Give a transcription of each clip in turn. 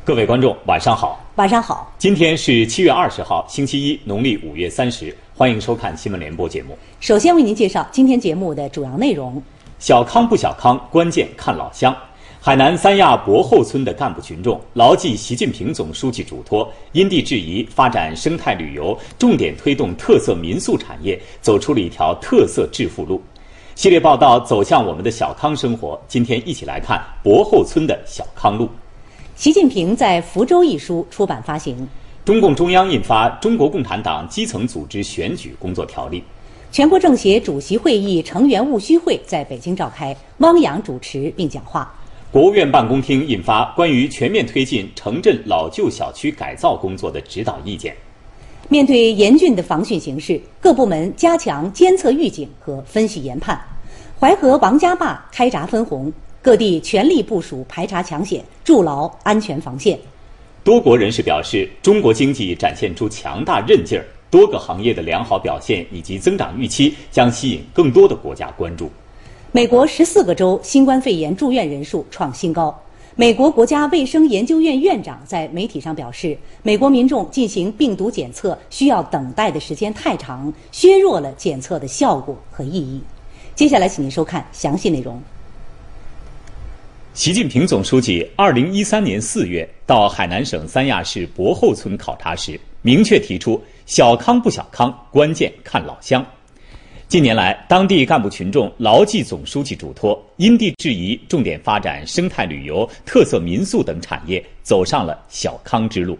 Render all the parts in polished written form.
各位观众，晚上好。 晚上好。 今天是7月20号，星期一，农历5月30。欢迎收看新闻联播节目。 首先为您介绍今天节目的主要内容： 小康不小康，关键看老乡。海南三亚博后村的干部群众牢记习近平总书记嘱托，因地制宜发展生态旅游，重点推动特色民宿产业，走出了一条特色致富路。系列报道走向我们的小康生活，今天一起来看博后村的小康路。 习近平在福州一书出版发行。 中共中央印发《中国共产党基层组织选举工作条例》。 全国政协主席会议成员务虚会在北京召开，汪洋主持并讲话。 国务院办公厅印发关于全面推进城镇老旧小区改造工作的指导意见。 面对严峻的防汛形势，各部门加强监测预警和分析研判。淮河王家坝开闸分洪，各地全力部署排查抢险，筑牢安全防线。 多国人士表示，中国经济展现出强大韧劲儿，多个行业的良好表现以及增长预期将吸引更多的国家关注。 美国14个州新冠肺炎住院人数创新高。美国国家卫生研究院院长在媒体上表示，美国民众进行病毒检测需要等待的时间太长，削弱了检测的效果和意义。接下来请您收看详细内容。 习近平总书记2013年4月到海南省三亚市博后村考察时，明确提出小康不小康，关键看老乡。近年来，当地干部群众牢记总书记嘱托，因地制宜重点发展生态旅游、特色民宿等产业，走上了小康之路。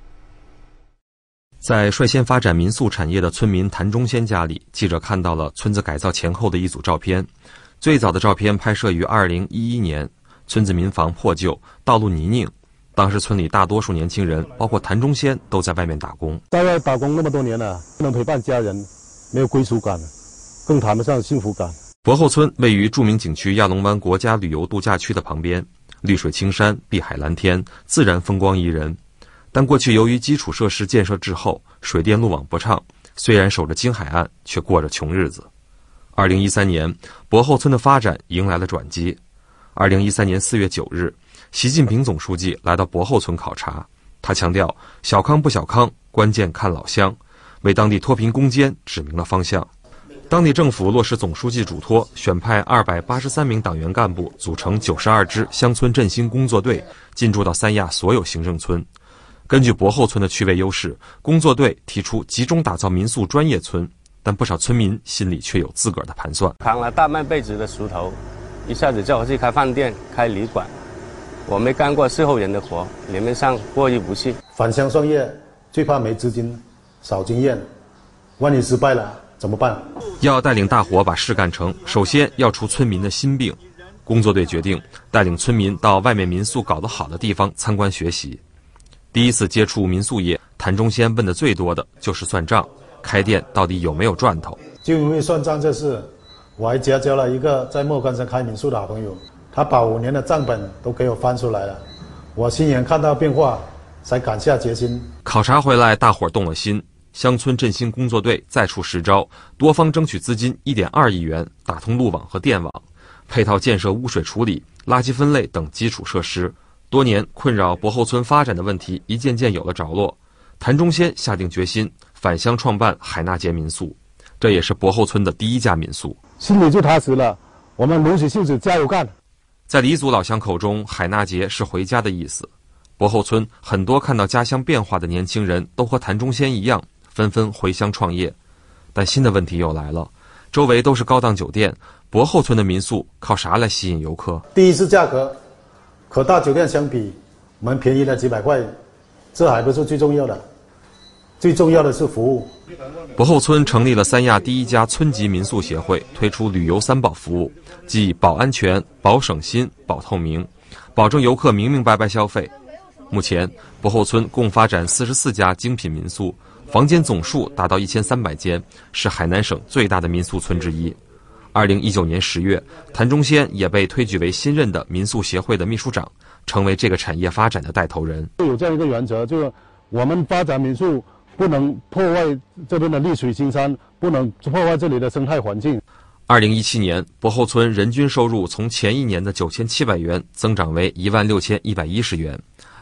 在率先发展民宿产业的村民谭忠先家里，记者看到了村子改造前后的一组照片。最早的照片拍摄于2011年，村子民房破旧，道路泥泞。当时村里大多数年轻人，包括谭忠先，都在外面打工。 在外打工那么多年了，不能陪伴家人，没有归属感，更谈不上幸福感。 博后村位于著名景区亚龙湾国家旅游度假区的旁边，绿水青山，碧海蓝天，自然风光宜人。但过去由于基础设施建设滞后，水电路网不畅，虽然守着京海岸，却过着穷日子。2013年，博后村的发展迎来了转机。2013年4月9日，习近平总书记来到博后村考察，他强调小康不小康，关键看老乡，为当地脱贫攻坚指明了方向。当地政府落实总书记嘱托，选派283名党员干部组成92支乡村振兴工作队，进驻到三亚所有行政村。根据博后村的区位优势，工作队提出集中打造民宿专业村，但不少村民心里却有自个儿的盘算。 扛了大半辈子的锄头，一下子叫我去开饭店、开旅馆，我没干过伺候人的活，脸面上过意不去。 返乡创业最怕没资金、少经验，万一失败了怎么办？ 要带领大伙把事干成，首先要除村民的心病。工作队决定带领村民到外面民宿搞得好的地方参观学习。第一次接触民宿业，谭忠先问的最多的就是算账，开店到底有没有赚头？ 就因为算账这事，我还结交了一个在莫干山开民宿的好朋友，他把5年的账本都给我翻出来了，我亲眼看到变化，才敢下决心。 考察回来，大伙儿动了心，乡村振兴工作队再出实招，多方争取资金1.2亿元，打通路网和电网，配套建设污水处理、垃圾分类等基础设施。多年困扰博后村发展的问题一件件有了着落，谭忠先下定决心返乡创办海纳节民宿，这也是博后村的第1家民宿， 心里就踏实了。我们撸起袖子加油干。 在黎族老乡口中，海纳节是回家的意思。博后村很多看到家乡变化的年轻人都和谭忠先一样，纷纷回乡创业。但新的问题又来了，周围都是高档酒店，博后村的民宿靠啥来吸引游客？ 第一是价格，和大酒店相比，我们便宜了几百块，这还不是最重要的，最重要的是服务。 博后村成立了三亚第1家村级民宿协会，推出旅游3保服务，即保安全、保省心、保透明，保证游客明明白白消费。目前，博后村共发展44家精品民宿，房间总数达到1300间，是海南省最大的民宿村之一。2019年10月，谭忠先也被推举为新任的民宿协会的秘书长，成为这个产业发展的带头人。 有这样一个原则，就是我们发展民宿不能破坏这边的绿水青山，不能破坏这里的生态环境。 2017年，博后村人均收入从前一年的9700元增长为16110元，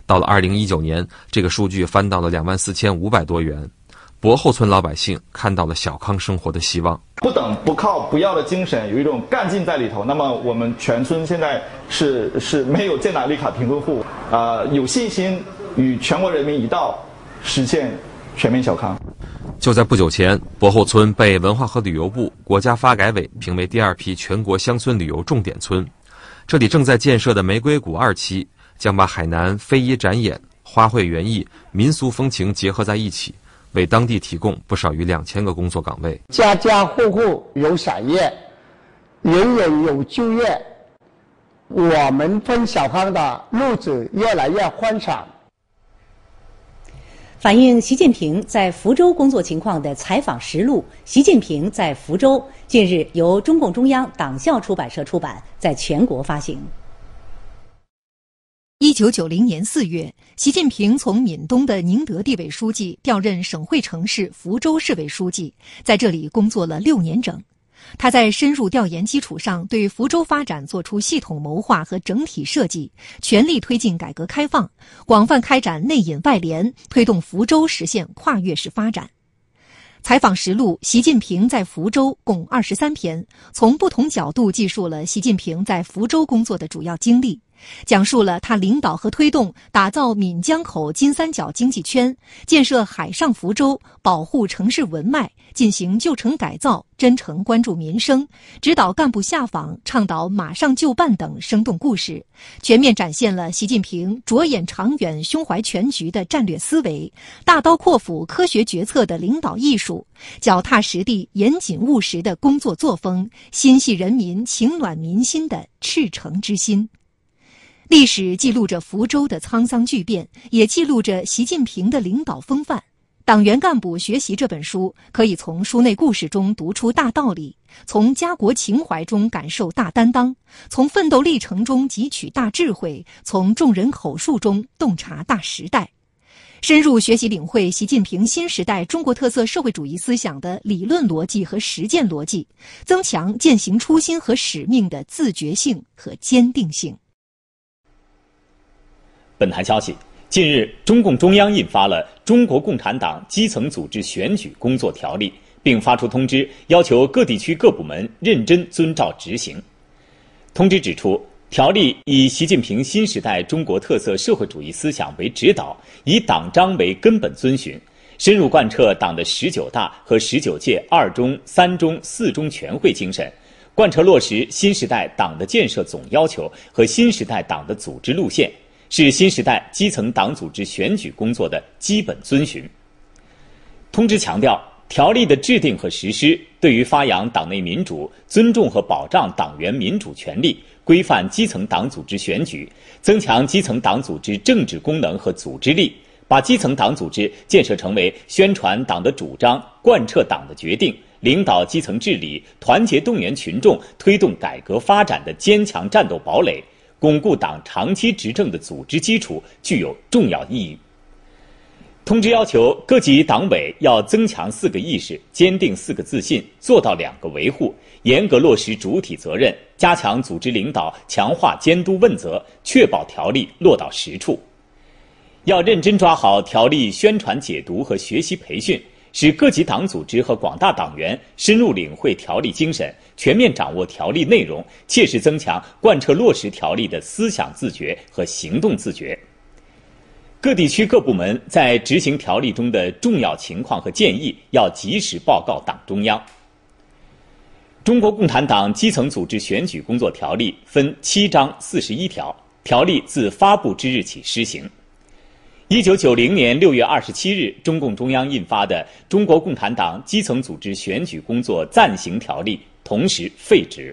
到了2019年，这个数据翻到了24500多元。博后村老百姓看到了小康生活的希望。 不等不靠不要的精神，有一种干劲在里头。那么我们全村现在是没有建档绿卡贫困户，有信心与全国人民一道实现全面小康。 就在不久前，博后村被文化和旅游部、国家发改委评为第2批全国乡村旅游重点村。这里正在建设的玫瑰谷2期将把海南非遗展演、花卉园艺、民俗风情结合在一起，为当地提供不少于2000个工作岗位。 家家户户有产业，人人有就业，我们分小康的路子越来越宽敞。 反映习近平在福州工作情况的采访实录《习近平在福州》近日由中共中央党校出版社出版，在全国发行。 1990年4月，习近平从闽东的宁德地委书记调任省会城市福州市委书记，在这里工作了6年整。他在深入调研基础上，对福州发展作出系统谋划和整体设计，全力推进改革开放，广泛开展内引外联，推动福州实现跨越式发展。采访实录《习近平在福州》共23篇，从不同角度记述了习近平在福州工作的主要经历，讲述了他领导和推动打造闽江口金三角经济圈，建设海上福州，保护城市文脉，进行旧城改造，真诚关注民生，指导干部下访，倡导马上就办等生动故事，全面展现了习近平着眼长远、胸怀全局的战略思维，大刀阔斧、科学决策的领导艺术，脚踏实地、严谨务实的工作作风，心系人民、情暖民心的赤诚之心。历史记录着福州的沧桑巨变，也记录着习近平的领导风范。党员干部学习这本书，可以从书内故事中读出大道理，从家国情怀中感受大担当，从奋斗历程中汲取大智慧，从众人口述中洞察大时代。深入学习领会习近平新时代中国特色社会主义思想的理论逻辑和实践逻辑，增强践行初心和使命的自觉性和坚定性。 本台消息，近日，中共中央印发了《中国共产党基层组织选举工作条例》，并发出通知，要求各地区各部门认真遵照执行。通知指出，条例以习近平新时代中国特色社会主义思想为指导，以党章为根本遵循，深入贯彻党的19大和19届2中、3中、4中全会精神，贯彻落实新时代党的建设总要求和新时代党的组织路线，是新时代基层党组织选举工作的基本遵循。通知强调，条例的制定和实施对于发扬党内民主、尊重和保障党员民主权利、规范基层党组织选举、增强基层党组织政治功能和组织力，把基层党组织建设成为宣传党的主张、贯彻党的决定、领导基层治理、团结动员群众、推动改革发展的坚强战斗堡垒，巩固党长期执政的组织基础，具有重要意义。通知要求各级党委要增强4个意识，坚定4个自信，做到2个维护，严格落实主体责任，加强组织领导，强化监督问责，确保条例落到实处。要认真抓好条例宣传解读和学习培训，使各级党组织和广大党员深入领会条例精神，全面掌握条例内容，切实增强贯彻落实条例的思想自觉和行动自觉。各地区各部门在执行条例中的重要情况和建议要及时报告党中央。中国共产党基层组织选举工作条例分7章41条，条例自发布之日起施行。1990年6月27日，中共中央印发的《中国共产党基层组织选举工作暂行条例》同时废止。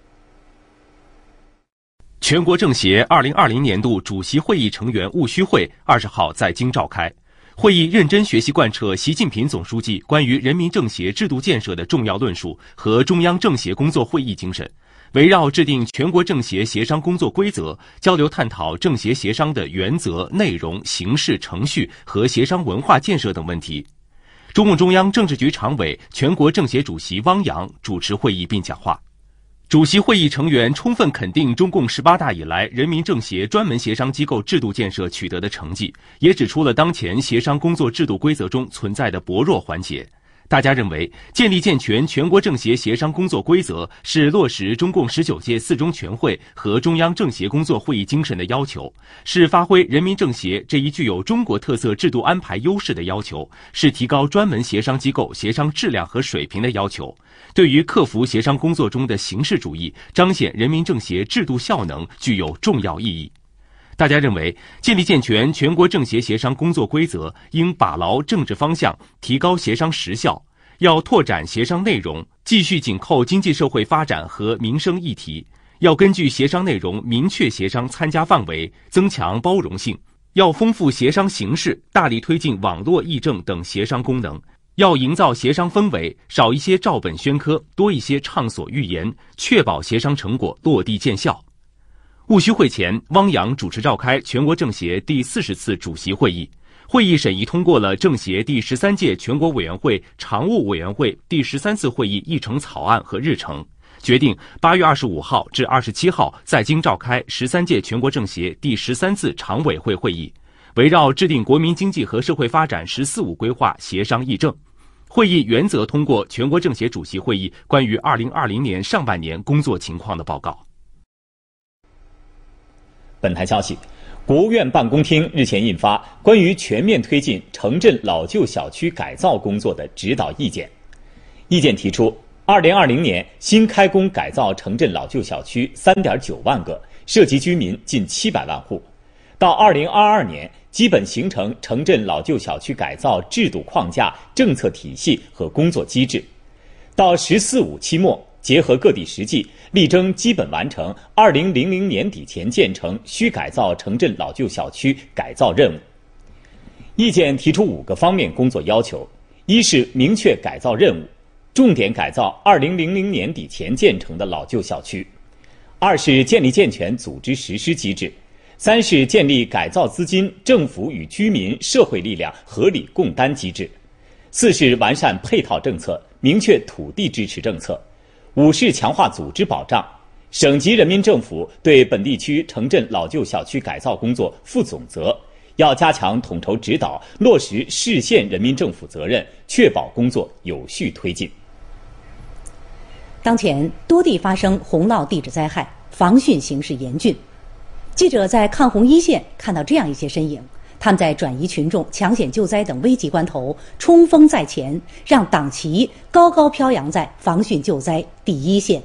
全国政协2020年度主席会议成员务虚会20号在京召开。会议认真学习贯彻习近平总书记关于人民政协制度建设的重要论述和中央政协工作会议精神，围绕制定全国政协协商工作规则，交流探讨政协协商的原则、内容、形式、程序和协商文化建设等问题。中共中央政治局常委、全国政协主席汪洋主持会议并讲话。 主席会议成员充分肯定中共18大以来人民政协专门协商机构制度建设取得的成绩，也指出了当前协商工作制度规则中存在的薄弱环节。大家认为，建立健全全国政协协商工作规则是落实中共19届4中全会和中央政协工作会议精神的要求，是发挥人民政协这一具有中国特色制度安排优势的要求，是提高专门协商机构协商质量和水平的要求。对于克服协商工作中的形式主义，彰显人民政协制度效能，具有重要意义。大家认为，建立健全全国政协协商工作规则，应把牢政治方向，提高协商实效，要拓展协商内容，继续紧扣经济社会发展和民生议题，要根据协商内容明确协商参加范围，增强包容性，要丰富协商形式，大力推进网络议政等协商功能，要营造协商氛围，少一些照本宣科，多一些畅所欲言，确保协商成果落地见效。戊戌会前，汪洋主持召开全国政协第40次主席会议。会议审议通过了政协第13届全国委员会常务委员会第13次会议议程草案和日程，决定8月25号至27号在京召开13届全国政协第13次常委会会议，围绕制定国民经济和社会发展“14·5”规划协商议政。会议原则通过全国政协主席会议关于2020年上半年工作情况的报告。 本台消息，国务院办公厅日前印发关于全面推进城镇老旧小区改造工作的指导意见。意见提出，2020年新开工改造城镇老旧小区3.9万个，涉及居民近700万户。到2022年，基本形成城镇老旧小区改造制度框架、政策体系和工作机制。到“14·5”期末，结合各地实际，力争基本完成2000年底前建成需改造城镇老旧小区改造任务。意见提出5个方面工作要求：一是明确改造任务，重点改造2000年底前建成的老旧小区；二是建立健全组织实施机制；三是建立改造资金政府与居民社会力量合理共担机制；四是完善配套政策，明确土地支持政策；五是强化组织保障，省级人民政府对本地区城镇老旧小区改造工作负总责，要加强统筹指导，落实市县人民政府责任，确保工作有序推进。 当前多地发生洪涝地质灾害，防汛形势严峻。记者在抗洪一线看到这样一些身影，他们在转移群众、抢险救灾等危急关头冲锋在前，让党旗高高飘扬在防汛救灾第一线。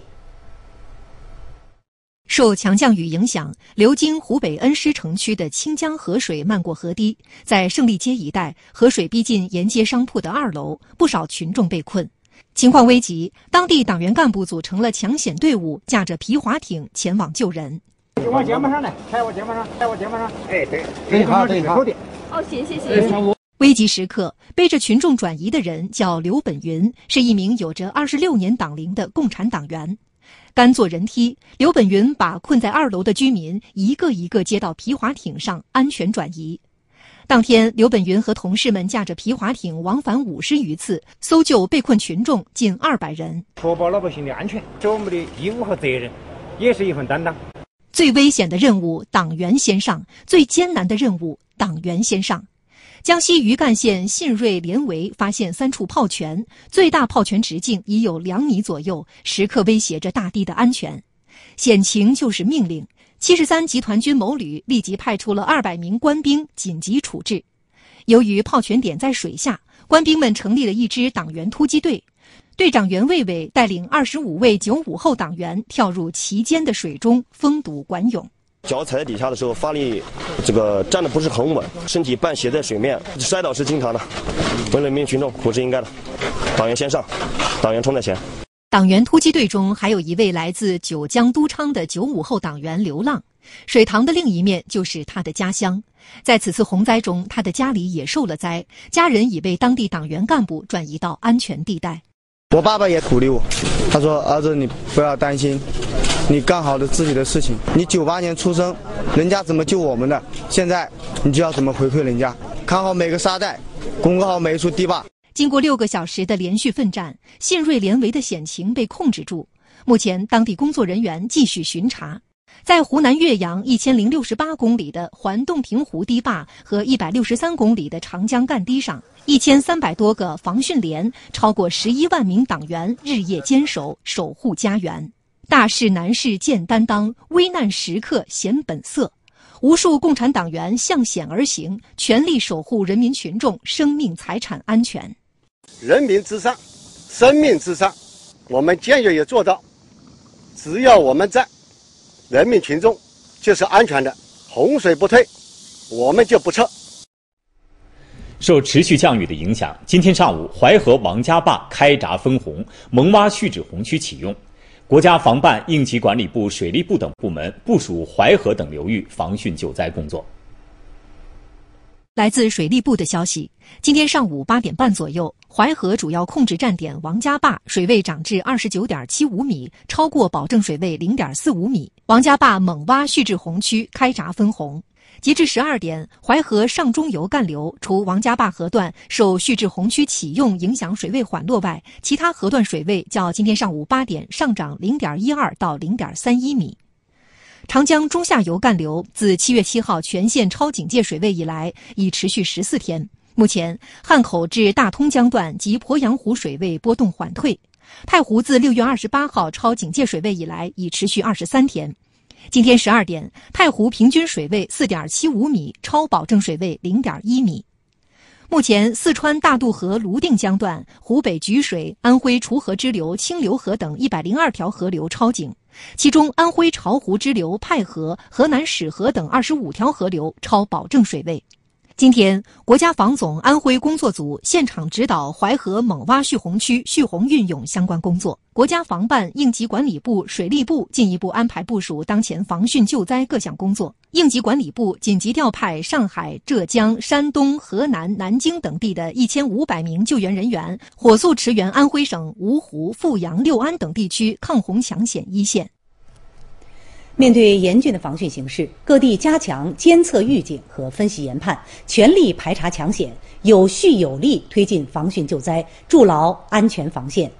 受强降雨影响，流经湖北恩施城区的清江河水漫过河堤，在胜利街一带，河水逼近沿街商铺的2楼，不少群众被困。情况危急，当地党员干部组成了抢险队伍，驾着皮划艇前往救人。 往肩膀上来，开我肩膀上，开我肩膀上。哎，对，好。 哦，行。 危急时刻，背着群众转移的人叫刘本云，是一名有着26年党龄的共产党员。甘做人梯，刘本云把困在2楼的居民一个一个接到皮划艇上，安全转移。当天，刘本云和同事们驾着皮划艇往返50余次，搜救被困群众近200人， 确保老百姓的安全，是我们的义务和责任，也是一份担当。 最危险的任务，党员先上；最艰难的任务，党员先上。江西余干县信瑞连围发现3处泡泉，最大泡泉直径已有2米左右，时刻威胁着大堤的安全。险情就是命令，73集团军某旅立即派出了200名官兵紧急处置。由于泡泉点在水下，官兵们成立了一支党员突击队。队长袁卫卫带领25位95后党员跳入其间的水中，封堵管涌。 脚踩在底下的时候，发力站得不是很稳，身体半斜在水面，摔倒是经常的。为了人民群众，苦是应该的。党员先上，党员冲在前。 党员突击队中还有一位来自九江都昌的95后党员刘浪，水塘的另一面就是他的家乡。在此次洪灾中，他的家里也受了灾，家人已被当地党员干部转移到安全地带。 我爸爸也鼓励我，他说：“儿子，你不要担心，你干好了自己的事情。你98年出生，人家怎么救我们的，现在你就要怎么回馈人家。看好每个沙袋，巩固好每一处堤坝。” 经过6个小时的连续奋战，信瑞连围的险情被控制住。 目前当地工作人员继续巡查。在湖南岳阳1068公里的环洞庭湖堤坝和163公里的长江干堤上，1300多个防汛连，超过11万名党员日夜坚守，守护家园。大事难事见担当，危难时刻显本色。无数共产党员向险而行，全力守护人民群众生命财产安全。 人民至上，生命至上，我们坚决也做到。只要我们在，人民群众就是安全的，洪水不退，我们就不撤。 受持续降雨的影响，今天上午淮河王家坝开闸分洪，蒙洼蓄滞洪区启用。国家防办、应急管理部、水利部等部门部署淮河等流域防汛救灾工作。 来自水利部的消息，今天上午8点半左右，淮河主要控制站点王家坝水位涨至29.75米，超过保证水位0.45米。王家坝蒙洼蓄滞洪区开闸分洪。截至12点，淮河上中游干流除王家坝河段受蓄滞洪区启用影响水位缓落外，其他河段水位较今天上午8点上涨0.12到0.31米。长江中下游干流自7月7号全线超警戒水位以来，已持续14天。目前，汉口至大通江段及鄱阳湖水位波动缓退。太湖自6月28号超警戒水位以来，已持续23天。今天12点，太湖平均水位4.75米，超保证水位0.1米。目前，四川大渡河泸定江段、湖北莒水、安徽楚河支流、清流河等102条河流超警，其中安徽巢湖支流、派河、河南始河等25条河流超保证水位。今天，国家防总安徽工作组现场指导淮河蒙洼蓄洪区蓄洪运用相关工作。国家防办、应急管理部、水利部进一步安排部署当前防汛救灾各项工作。应急管理部紧急调派上海、浙江、山东、河南、南京等地的1500名救援人员，火速驰援安徽省芜湖、阜阳、六安等地区抗洪抢险一线。 面对严峻的防汛形势，各地加强监测预警和分析研判，全力排查抢险，有序有力推进防汛救灾，筑牢安全防线。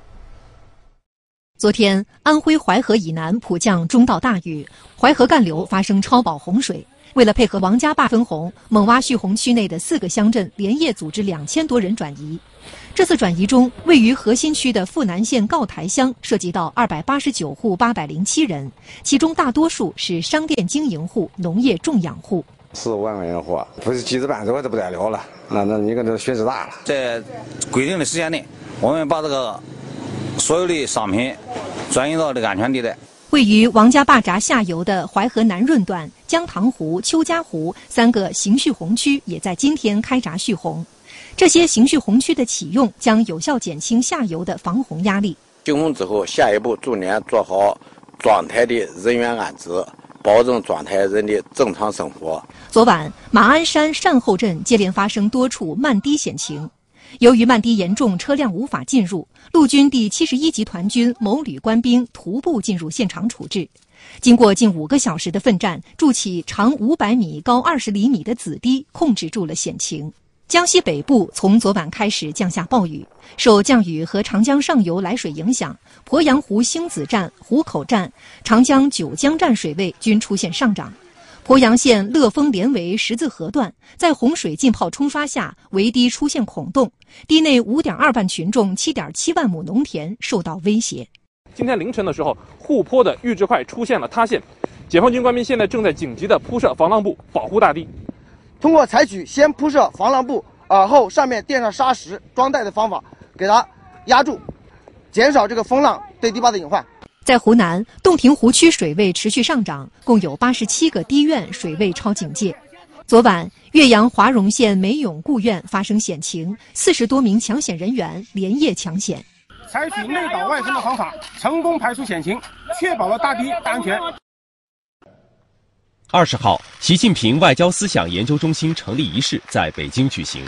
昨天，安徽淮河以南普降中到大雨，淮河干流发生超保洪水。为了配合王家坝分洪，蒙洼蓄洪区内的4个乡镇连夜组织2000多人转移。这次转移中，位于核心区的富南县告台乡涉及到289户807人，其中大多数是商店经营户、农业种养户。 15万人户，不是几时办这个都不得了了，那一个都血质大了。在规定的时间内，我们把这个所有的商品转移到这个安全地带。 位于王家坝闸下游的淮河南润段、江塘湖、邱家湖3个行蓄洪区也在今天开闸蓄洪。这些行蓄洪区的启用将有效减轻下游的防洪压力。 蓄洪之后，下一步重点做好状态的人员安置，保证状态人的正常生活。 昨晚，马鞍山善后镇接连发生多处漫堤险情。由于漫堤严重，车辆无法进入，陆军第71集团军某旅官兵徒步进入现场处置。经过近5个小时的奋战，筑起长500米、高20厘米的子堤，控制住了险情。江西北部从昨晚开始降下暴雨，受降雨和长江上游来水影响，鄱阳湖星子站、湖口站、长江九江站水位均出现上涨。鄱阳县乐丰连围十字河段在洪水浸泡冲刷下，围堤出现孔洞，堤内5.2万群众、7.7万亩农田受到威胁。 今天凌晨的时候，护坡的预制块出现了塌陷，解放军官兵现在正在紧急的铺设防浪布，保护大堤。 通过采取先铺设防浪布，而后上面垫上沙石装袋的方法，给它压住，减少这个风浪对堤坝的隐患。 在湖南，洞庭湖区水位持续上涨，共有87个堤院水位超警戒。昨晚，岳阳华容县梅永固院发生险情，40多名抢险人员连夜抢险， 采取内倒外升的方法，成功排除险情，确保了大堤的安全。 20号，习近平外交思想研究中心成立仪式在北京举行。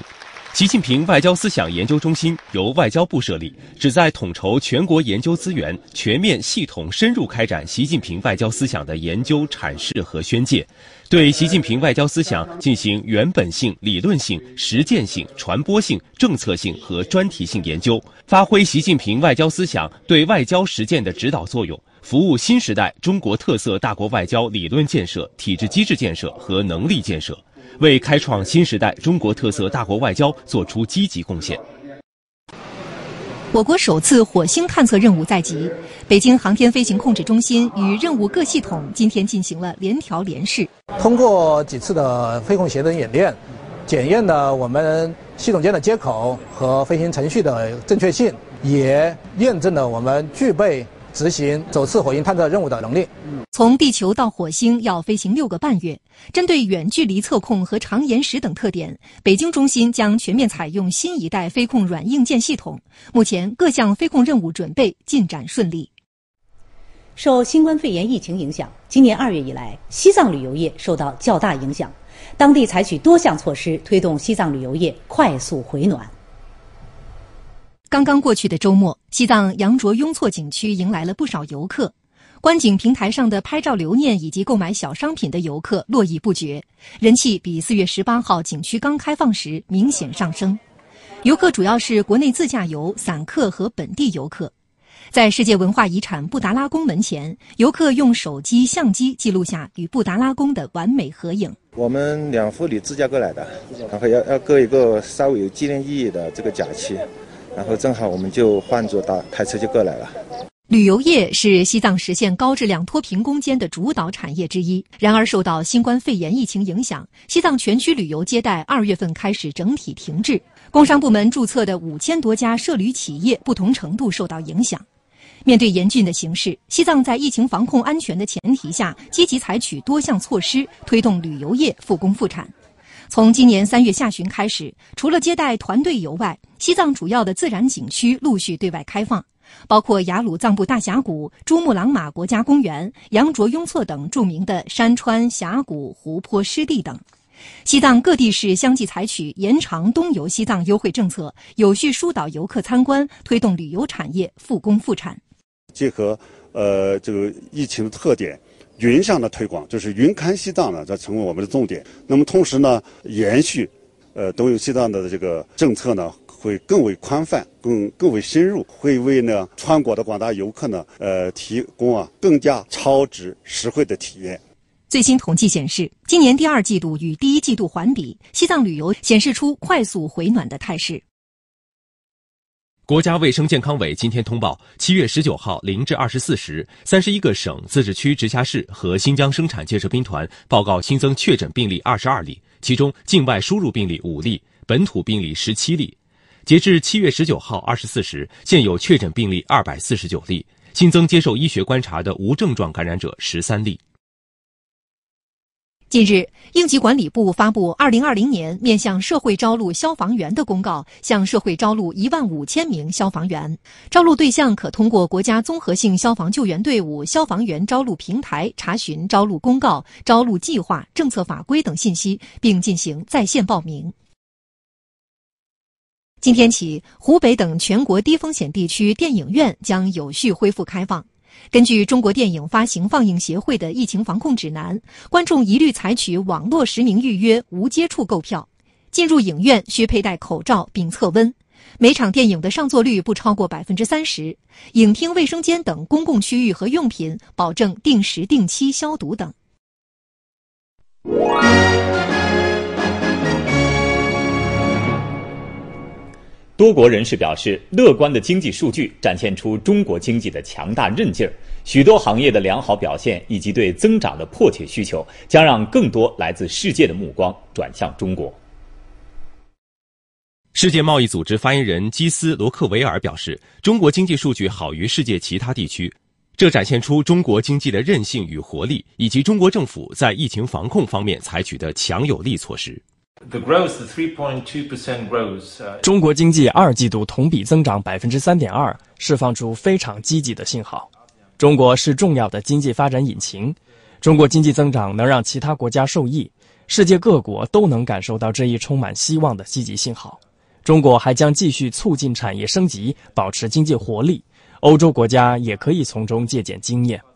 习近平外交思想研究中心由外交部设立，旨在统筹全国研究资源，全面、系统、深入开展习近平外交思想的研究、阐释和宣介，对习近平外交思想进行原本性、理论性、实践性、传播性、政策性和专题性研究，发挥习近平外交思想对外交实践的指导作用，服务新时代中国特色大国外交理论建设、体制机制建设和能力建设，为开创新时代中国特色大国外交做出积极贡献。 我国首次火星探测任务在即，北京航天飞行控制中心与任务各系统今天进行了联调联试。 通过几次的飞控协同演练，检验了我们系统间的接口和飞行程序的正确性，也验证了我们具备执行首次火星探测任务的能力。 从地球到火星要飞行6个半月，针对远距离测控和长延时等特点，北京中心将全面采用新一代飞控软硬件系统。目前各项飞控任务准备进展顺利。 受新冠肺炎疫情影响，今年2月以来，西藏旅游业受到较大影响，当地采取多项措施推动西藏旅游业快速回暖。 刚刚过去的周末，西藏羊卓雍措景区迎来了不少游客。观景平台上的拍照留念以及购买小商品的游客络绎不绝，人气比4月18号景区刚开放时明显上升。游客主要是国内自驾游、散客和本地游客。在世界文化遗产布达拉宫门前，游客用手机、相机记录下与布达拉宫的完美合影。 我们2父女自驾过来的，然后要过一个稍微有纪念意义的这个假期，然后正好我们就换着开车就过来了。 旅游业是西藏实现高质量脱贫攻坚的主导产业之一。然而，受到新冠肺炎疫情影响，西藏全区旅游接待2月份开始整体停滞。工商部门注册的5000多家涉旅企业不同程度受到影响。面对严峻的形势，西藏在疫情防控安全的前提下，积极采取多项措施，推动旅游业复工复产。从今年3月下旬开始，除了接待团队游外，西藏主要的自然景区陆续对外开放，包括雅鲁藏布大峡谷、珠穆朗玛国家公园、羊卓雍措等著名的山川、峡谷、湖泊、湿地等。西藏各地市相继采取延长东游西藏优惠政策，有序疏导游客参观，推动旅游产业复工复产。 结合这个疫情的特点，云上的推广，就是云看西藏呢，这成为我们的重点。那么同时呢，延续东游西藏的这个政策呢，会更为宽泛、更为深入，会为呢全国的广大游客呢提供更加超值实惠的体验。 最新统计显示，今年第2季度与第1季度环比，西藏旅游显示出快速回暖的态势。 国家卫生健康委今天通报，7月19号0至24时，31个省、自治区、直辖市和新疆生产建设兵团报告新增确诊病例22例，其中境外输入病例5例，本土病例17例。截至7月19号24时，现有确诊病例249例，新增接受医学观察的无症状感染者13例。 近日，应急管理部发布2020年面向社会招录消防员的公告，向社会招录15000名消防员。招录对象可通过国家综合性消防救援队伍消防员招录平台查询招录公告、招录计划、政策法规等信息，并进行在线报名。今天起，湖北等全国低风险地区电影院将有序恢复开放。根据中国电影发行放映协会的疫情防控指南，观众一律采取网络实名预约、无接触购票。进入影院需佩戴口罩并测温。每场电影的上座率不超过30%。影厅卫生间等公共区域和用品保证定时定期消毒等。 多国人士表示，乐观的经济数据展现出中国经济的强大韧劲儿，许多行业的良好表现以及对增长的迫切需求，将让更多来自世界的目光转向中国。 世界贸易组织发言人基斯·罗克维尔表示，中国经济数据好于世界其他地区，这展现出中国经济的韧性与活力，以及中国政府在疫情防控方面采取的强有力措施。 中国经济2季度同比增长3.2%，释放出非常积极的信号。中国是重要的经济发展引擎，中国经济增长能让其他国家受益，世界各国都能感受到这一充满希望的积极信号。 中国还将继续促进产业升级，保持经济活力。欧洲国家也可以从中借鉴经验。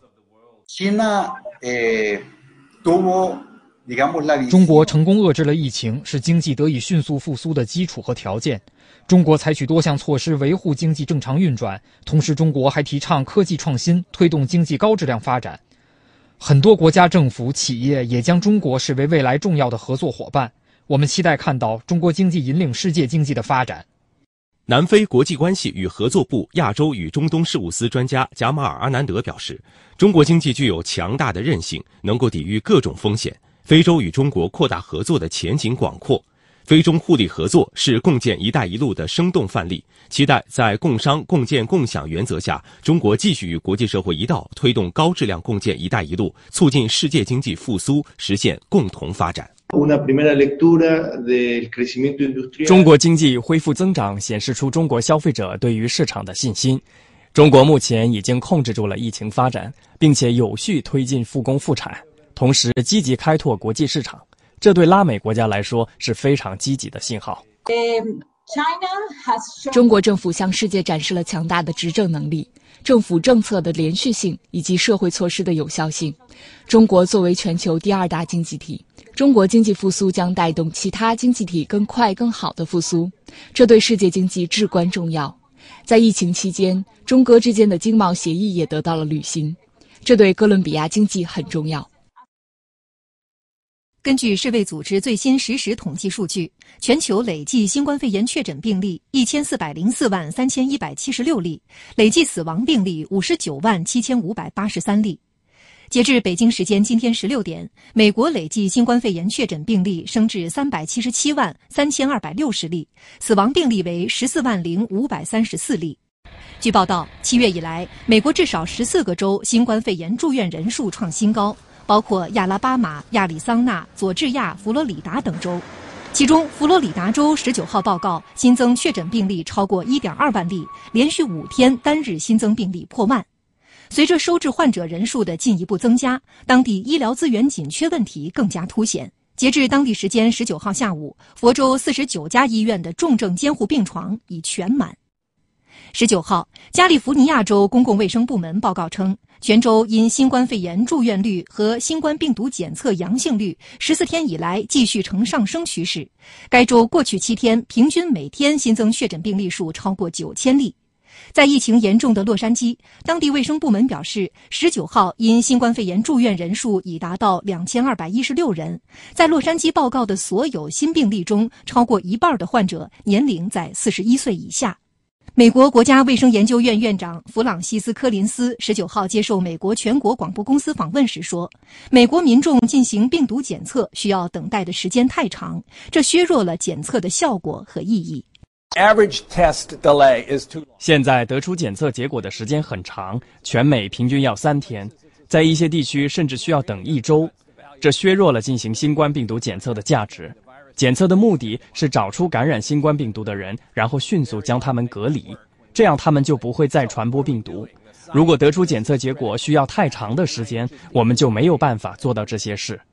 中国成功遏制了疫情，是经济得以迅速复苏的基础和条件。中国采取多项措施维护经济正常运转，同时中国还提倡科技创新，推动经济高质量发展。很多国家政府、企业也将中国视为未来重要的合作伙伴。我们期待看到中国经济引领世界经济的发展。 南非国际关系与合作部亚洲与中东事务司专家贾马尔·阿南德表示，中国经济具有强大的韧性，能够抵御各种风险。非洲与中国扩大合作的前景广阔，非中互利合作是共建“一带一路”的生动范例。期待在共商、共建、共享原则下，中国继续与国际社会一道，推动高质量共建“一带一路”，促进世界经济复苏，实现共同发展。 中国经济恢复增长显示出中国消费者对于市场的信心。中国目前已经控制住了疫情发展，并且有序推进复工复产，同时积极开拓国际市场，这对拉美国家来说是非常积极的信号。 中国政府向世界展示了强大的执政能力、政府政策的连续性以及社会措施的有效性。中国作为全球第2大经济体，中国经济复苏将带动其他经济体更快更好的复苏，这对世界经济至关重要。在疫情期间，中俄之间的经贸协议也得到了履行，这对哥伦比亚经济很重要。 根据世卫组织最新实时统计数据，全球累计新冠肺炎确诊病例1404万3176例，累计死亡病例59万7583例。截至北京时间今天16点，美国累计新冠肺炎确诊病例升至377万3260例，死亡病例为14万0534例。据报道，7月以来，美国至少14个州新冠肺炎住院人数创新高，包括亚拉巴马、亚利桑那、佐治亚、佛罗里达等州。其中，佛罗里达州19号报告新增确诊病例超过 1.2 万例，连续5天单日新增病例破万。随着收治患者人数的进一步增加，当地医疗资源紧缺问题更加凸显。截至当地时间19号下午，佛州49家医院的重症监护病床已全满。19号，加利福尼亚州公共卫生部门报告称，全州因新冠肺炎住院率和新冠病毒检测阳性率14天以来继续呈上升趋势。该州过去7天平均每天新增确诊病例数超过9000例。在疫情严重的洛杉矶，当地卫生部门表示，19号因新冠肺炎住院人数已达到2216人。在洛杉矶报告的所有新病例中，超过一半的患者年龄在41岁以下。美国国家卫生研究院院长弗朗西斯·科林斯19号接受美国全国广播公司访问时说，美国民众进行病毒检测需要等待的时间太长，这削弱了检测的效果和意义。 现在得出检测结果的时间很长，全美平均要3天，在一些地区甚至需要等1周，这削弱了进行新冠病毒检测的价值。检测的目的是找出感染新冠病毒的人，然后迅速将他们隔离，这样他们就不会再传播病毒。如果得出检测结果需要太长的时间，我们就没有办法做到这些事。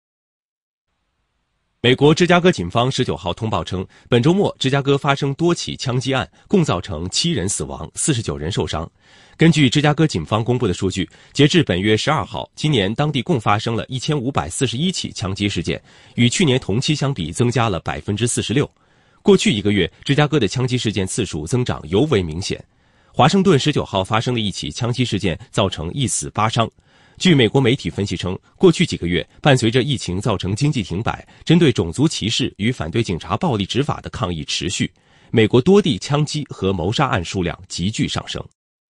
美国芝加哥警方19号通报称，本周末芝加哥发生多起枪击案，共造成7人死亡，49人受伤。根据芝加哥警方公布的数据，截至本月12号，今年当地共发生了1541起枪击事件，与去年同期相比增加了46%。过去1个月，芝加哥的枪击事件次数增长尤为明显。华盛顿19号发生的一起枪击事件造成1死8伤。据美国媒体分析称，过去几个月伴随着疫情造成经济停摆，针对种族歧视与反对警察暴力执法的抗议持续，美国多地枪击和谋杀案数量急剧上升。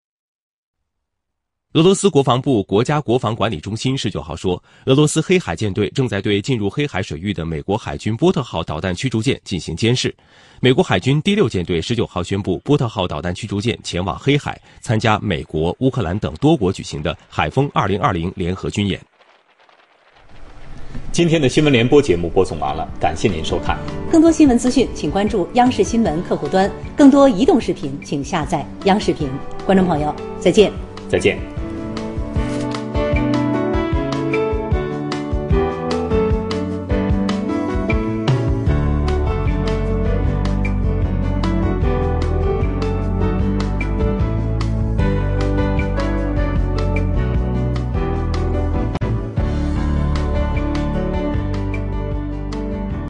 俄罗斯国防部国家国防管理中心19号说，俄罗斯黑海舰队正在对进入黑海水域的美国海军波特号导弹驱逐舰进行监视。美国海军第6舰队19号宣布，波特号导弹驱逐舰前往黑海参加美国、乌克兰等多国举行的海风2020联合军演。 今天的新闻联播节目播送完了，感谢您收看。 更多新闻资讯，请关注央视新闻客户端；更多移动视频，请下载央视频。观众朋友，再见。 再见。